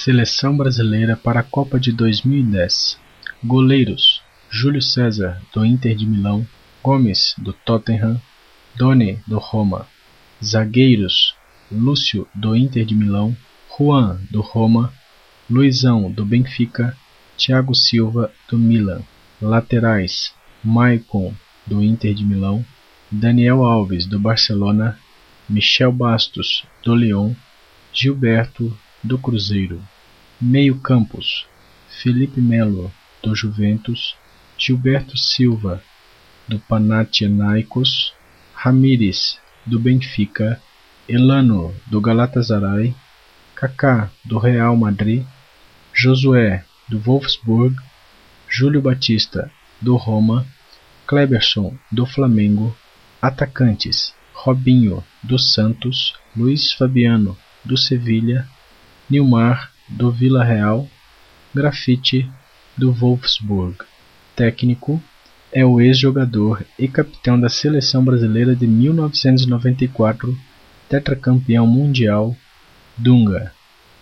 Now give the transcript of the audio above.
Seleção brasileira para a Copa de 2010. Goleiros: Júlio César, do Inter de Milão, Gomes, do Tottenham, Doni, do Roma. Zagueiros: Lúcio, do Inter de Milão, Juan, do Roma, Luizão, do Benfica, Thiago Silva, do Milan. Laterais: Maicon, do Inter de Milão, Daniel Alves, do Barcelona, Michel Bastos, do Lyon, Gilberto, do Cruzeiro. Meio-campos: Felipe Melo, do Juventus, Gilberto Silva, do Panathinaikos, Ramires, do Benfica, Elano, do Galatasaray, Kaká, do Real Madrid, Josué, do Wolfsburg, Júlio Batista, do Roma, Kleberson, do Flamengo. Atacantes: Robinho, do Santos, Luiz Fabiano, do Sevilha, Nilmar, do Villarreal, Grafite, do Wolfsburg. Técnico: é o ex-jogador e capitão da Seleção Brasileira de 1994, tetracampeão mundial, Dunga.